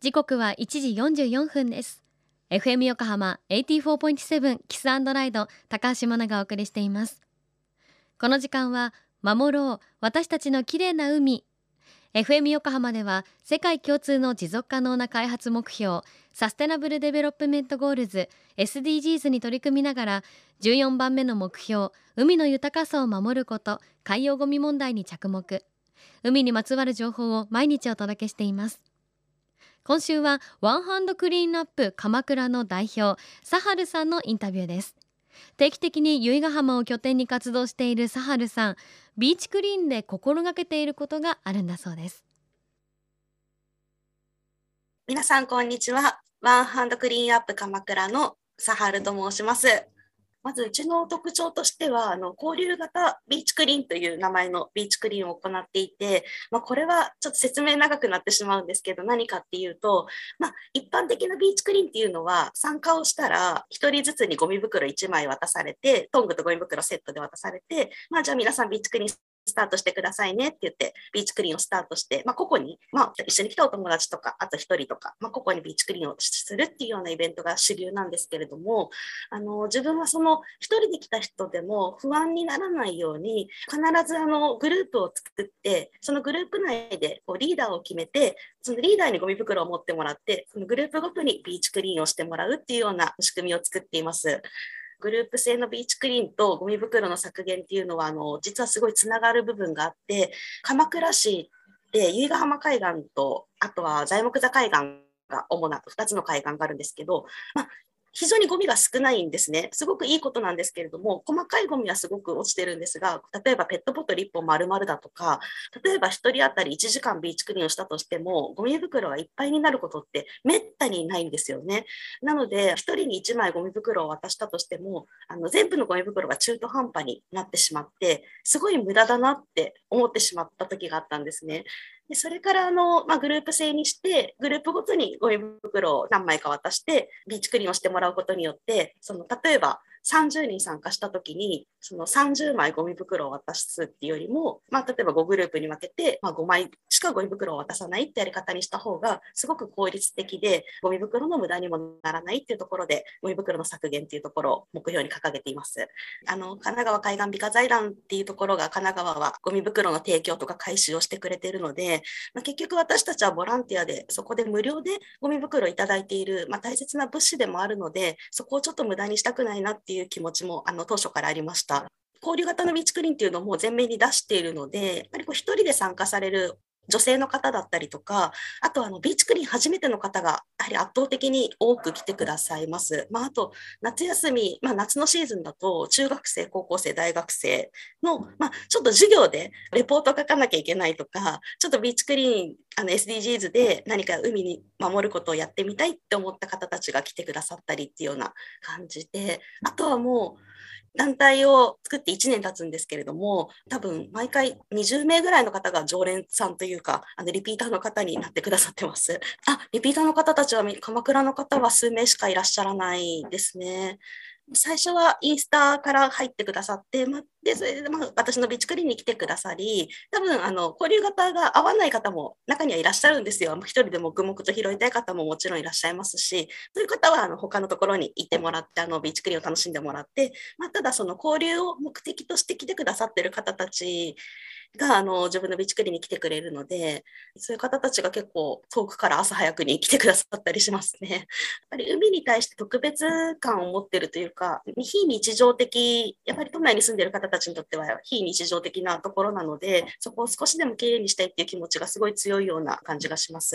時刻は1時44分です。 FM 横浜 84.7 キス&ライド、高橋真奈がお送りしています。この時間は守ろう私たちの綺麗な海。 FM 横浜では世界共通の持続可能な開発目標サステナブルデベロップメントゴールズ SDGs に取り組みながら、14番目の目標海の豊かさを守ること、海洋ゴミ問題に着目。海にまつわる情報を毎日お届けしています。今週はワンハンドクリーンアップ鎌倉の代表サハルさんのインタビューです。定期的に由比ヶ浜を拠点に活動しているサハルさん、ビーチクリーンで心がけていることがあるんだそうです。 皆さんこんにちは。ワンハンドクリーンアップ鎌倉のサハルと申します。まずうちの特徴としては交流型ビーチクリーンという名前のビーチクリーンを行っていて、これはちょっと説明長くなってしまうんですけど、何かっていうと、一般的なビーチクリーンっていうのは参加をしたら1人ずつにゴミ袋1枚渡されて、トングとゴミ袋セットで渡されて、じゃあ皆さんビーチクリーンスタートしてくださいねって言ってビーチクリーンをスタートして、個々に、一緒に来たお友達とかあと1人とか、個々にビーチクリーンをするっていうようなイベントが主流なんですけれども、自分はその1人で来た人でも不安にならないように必ずグループを作って、そのグループ内でリーダーを決めて、そのリーダーにゴミ袋を持ってもらって、そのグループごとにビーチクリーンをしてもらうっていうような仕組みを作っています。グループ製のビーチクリーンとゴミ袋の削減っていうのは実はすごいつながる部分があって、鎌倉市で由比ヶ浜海岸とあとは材木座海岸が主な2つの海岸があるんですけど、非常にゴミが少ないんですね。すごくいいことなんですけれども、細かいゴミはすごく落ちてるんですが、例えばペットボトル1本丸々だとか、例えば1人当たり1時間ビーチクリーンをしたとしても、ゴミ袋がいっぱいになることってめったにないんですよね。なので、1人に1枚ゴミ袋を渡したとしても、全部のゴミ袋が中途半端になってしまって、すごい無駄だなって思ってしまった時があったんですね。でそれからグループ制にして、グループごとにゴミ袋を何枚か渡してビーチクリーンをしてもらうことによって、例えば30人参加したときにその30枚ゴミ袋を渡すっていうよりも、例えば5グループに分けて、5枚しかゴミ袋を渡さないってやり方にした方がすごく効率的で、ゴミ袋の無駄にもならないっていうところで、ゴミ袋の削減っていうところを目標に掲げています。神奈川海岸美化財団っていうところが、神奈川はゴミ袋の提供とか回収をしてくれているので、結局私たちはボランティアでそこで無料でゴミ袋をいただいている、大切な物資でもあるので、そこをちょっと無駄にしたくないなっていう気持ちも当初からありました。交流型のビーチクリーンっていうのも前面に出しているので、やっぱり一人で参加される女性の方だったりとか、あとビーチクリーン初めての方がやはり圧倒的に多く来てくださいます。あと夏休み、夏のシーズンだと中学生、高校生、大学生の、ちょっと授業でレポート書かなきゃいけないとか、ちょっとビーチクリーンSDGs で何か海に守ることをやってみたいって思った方たちが来てくださったりっていうような感じで、あとはもう団体を作って1年経つんですけれども、多分毎回20名ぐらいの方が常連さんというか、リピーターの方になってくださってます。リピーターの方たちは鎌倉の方は数名しかいらっしゃらないですね。最初はインスタから入ってくださって、でそれで私のビーチクリーンに来てくださり、多分交流型が合わない方も中にはいらっしゃるんですよ。一人で黙々と拾いたい方ももちろんいらっしゃいますし、そういう方は他のところに行ってもらってビーチクリーンを楽しんでもらって、ただその交流を目的として来てくださっている方たちが自分のビーチクリーンに来てくれるので、そういう方たちが結構遠くから朝早くに来てくださったりしますね。やっぱり海に対して特別感を持っているというか、非日常的、やっぱり都内に住んでいる方たちにとっては非日常的なところなので、そこを少しでもきれいにしたいっていう気持ちがすごい強いような感じがします。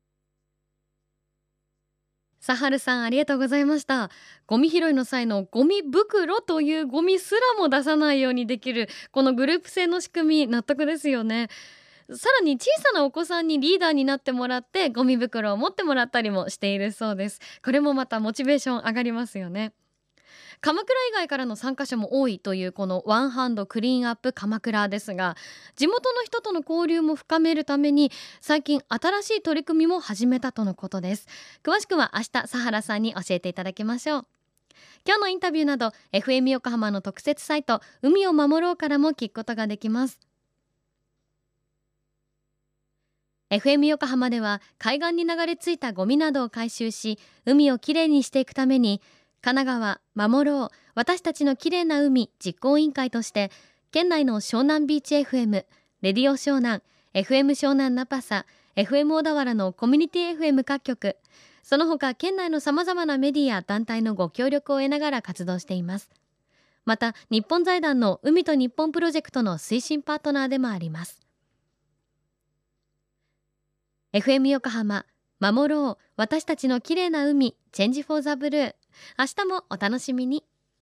サハルさん、ありがとうございました。ゴミ拾いの際のゴミ袋というゴミすらも出さないようにできるこのグループ制の仕組み、納得ですよね。さらに小さなお子さんにリーダーになってもらってゴミ袋を持ってもらったりもしているそうです。これもまたモチベーション上がりますよね。鎌倉以外からの参加者も多いというこのワンハンドクリーンアップ鎌倉ですが、地元の人との交流も深めるために最近新しい取り組みも始めたとのことです。詳しくは明日サハラさんに教えていただきましょう。今日のインタビューなど FM 横浜の特設サイト海を守ろうからも聞くことができます。 FM 横浜では海岸に流れ着いたゴミなどを回収し、海をきれいにしていくために、神奈川守ろう私たちのきれいな海実行委員会として、県内の湘南ビーチ FM、レディオ湘南、FM 湘南ナパサ、FM 小田原のコミュニティ FM 各局、その他県内のさまざまなメディア団体のご協力を得ながら活動しています。また日本財団の海と日本プロジェクトの推進パートナーでもあります。 FM 横浜守ろう私たちのきれいな海チェンジフォーザブルー、明日もお楽しみに。